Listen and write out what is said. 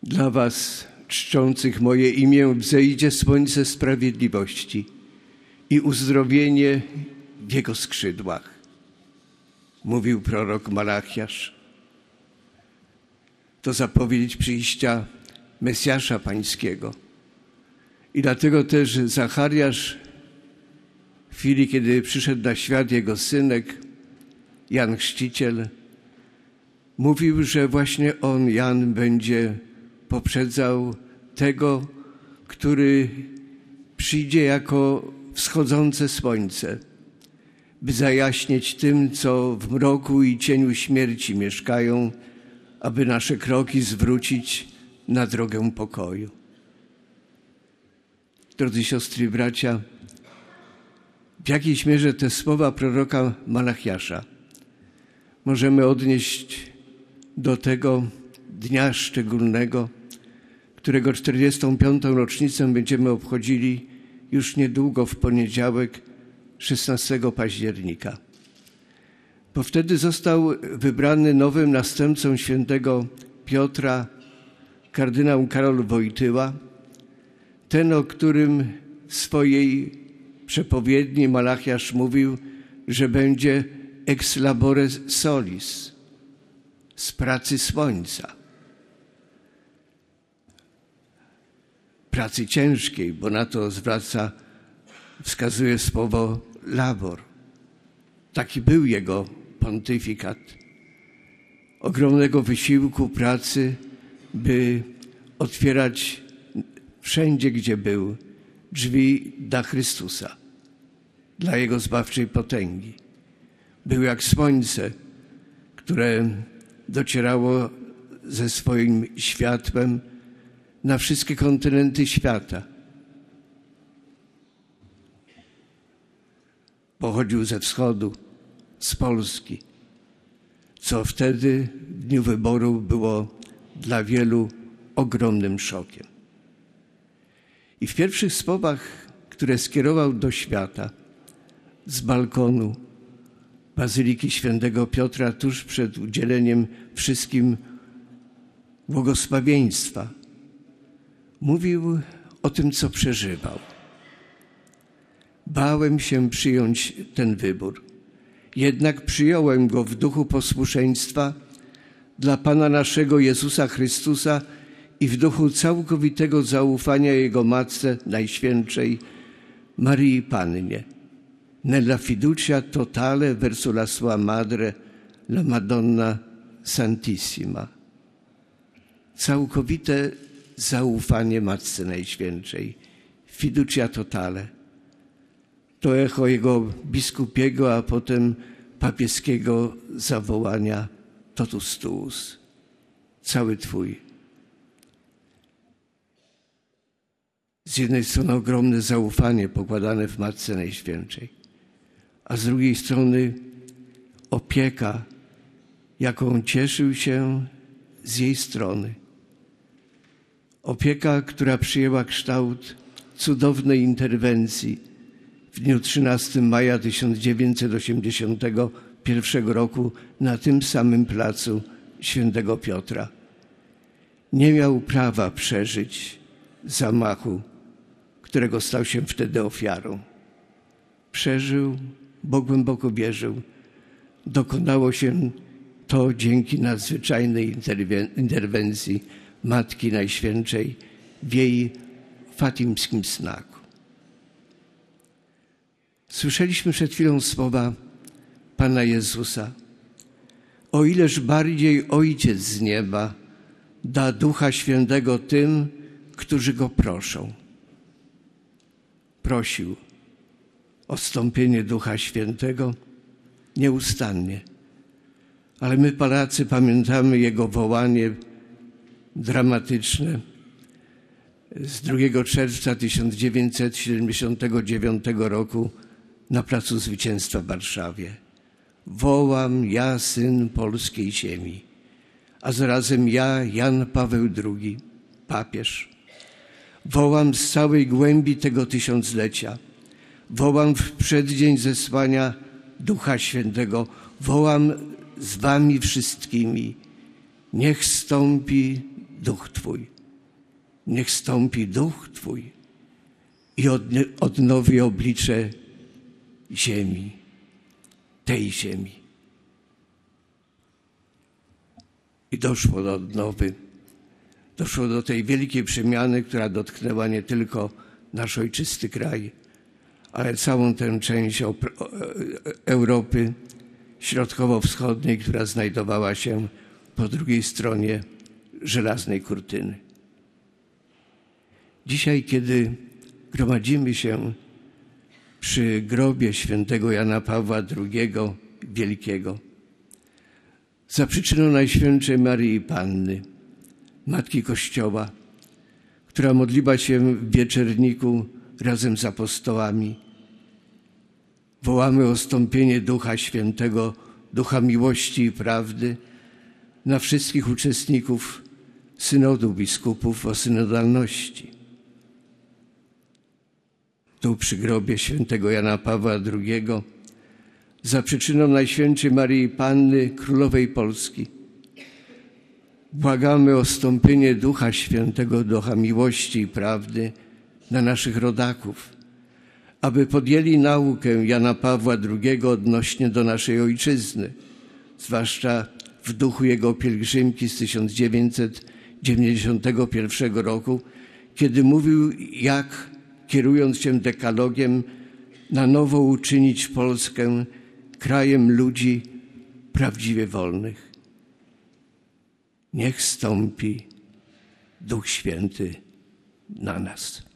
Dla was, czczących moje imię, wzejdzie słońce sprawiedliwości i uzdrowienie w jego skrzydłach. Mówił prorok Malachiasz. To zapowiedź przyjścia Mesjasza Pańskiego. I dlatego też Zachariasz w chwili, kiedy przyszedł na świat jego synek, Jan Chrzciciel, mówił, że właśnie on, Jan, będzie poprzedzał tego, który przyjdzie jako wschodzące słońce, by zajaśnieć tym, co w mroku i cieniu śmierci mieszkają, aby nasze kroki zwrócić na drogę pokoju. Drodzy siostry i bracia, w jakiejś mierze te słowa proroka Malachiasza możemy odnieść do tego dnia szczególnego, którego 45. rocznicę będziemy obchodzili już niedługo w poniedziałek 16 października. Bo wtedy został wybrany nowym następcą świętego Piotra kardynał Karol Wojtyła, ten, o którym w swojej przepowiedni Malachiasz mówił, że będzie ex labore solis, z pracy słońca. Pracy ciężkiej, bo na to wskazuje słowo labor. Taki był jego pontyfikat. Ogromnego wysiłku pracy, by otwierać wszędzie, gdzie był, drzwi dla Chrystusa, dla Jego zbawczej potęgi. Był jak słońce, które docierało ze swoim światłem na wszystkie kontynenty świata. Pochodził ze wschodu, z Polski, co wtedy w dniu wyboru było dla wielu ogromnym szokiem. I w pierwszych słowach, które skierował do świata z balkonu Bazyliki Świętego Piotra tuż przed udzieleniem wszystkim błogosławieństwa, mówił o tym, co przeżywał. Bałem się przyjąć ten wybór, jednak przyjąłem go w duchu posłuszeństwa dla Pana naszego Jezusa Chrystusa i w duchu całkowitego zaufania Jego Matce Najświętszej, Maryi Pannie. Nella fiducia totale verso la sua madre, la Madonna Santissima. Całkowite zaufanie Matce Najświętszej. Fiducia totale. To echo jego biskupiego, a potem papieskiego zawołania totus tuus. Cały Twój. Z jednej strony ogromne zaufanie pokładane w Matce Najświętszej, a z drugiej strony opieka, jaką cieszył się z jej strony. Opieka, która przyjęła kształt cudownej interwencji w dniu 13 maja 1981 roku na tym samym placu Świętego Piotra. Nie miał prawa przeżyć zamachu, którego stał się wtedy ofiarą. Przeżył, bo głęboko wierzył. Dokonało się to dzięki nadzwyczajnej interwencji Matki Najświętszej w jej fatimskim snaku. Słyszeliśmy przed chwilą słowa Pana Jezusa. O ileż bardziej Ojciec z nieba da Ducha Świętego tym, którzy Go proszą. Prosił o wstąpienie Ducha Świętego nieustannie. Ale my, Polacy, pamiętamy Jego wołanie dramatyczne z 2 czerwca 1979 roku na Placu Zwycięstwa w Warszawie. Wołam ja, syn polskiej ziemi, a zarazem ja, Jan Paweł II, papież. Wołam z całej głębi tego tysiąclecia. Wołam w przeddzień zesłania Ducha Świętego. Wołam z wami wszystkimi. Niech zstąpi Duch Twój. Niech stąpi Duch Twój i odnowi oblicze ziemi, tej ziemi. I doszło do odnowy. Doszło do tej wielkiej przemiany, która dotknęła nie tylko nasz ojczysty kraj, ale całą tę część Europy Środkowo-Wschodniej, która znajdowała się po drugiej stronie żelaznej kurtyny. Dzisiaj, kiedy gromadzimy się przy grobie świętego Jana Pawła II Wielkiego, za przyczyną Najświętszej Maryi Panny, Matki Kościoła, która modliła się w wieczerniku razem z apostołami, wołamy o stąpienie Ducha Świętego, Ducha miłości i prawdy na wszystkich uczestników synodu biskupów o synodalności. Tu przy grobie świętego Jana Pawła II, za przyczyną Najświętszej Maryi Panny, Królowej Polski, błagamy o stąpienie Ducha Świętego, Ducha miłości i prawdy na naszych rodaków, aby podjęli naukę Jana Pawła II odnośnie do naszej ojczyzny, zwłaszcza w duchu jego pielgrzymki z 1991 roku, kiedy mówił, jak kierując się dekalogiem, na nowo uczynić Polskę krajem ludzi prawdziwie wolnych. Niech stąpi Duch Święty na nas.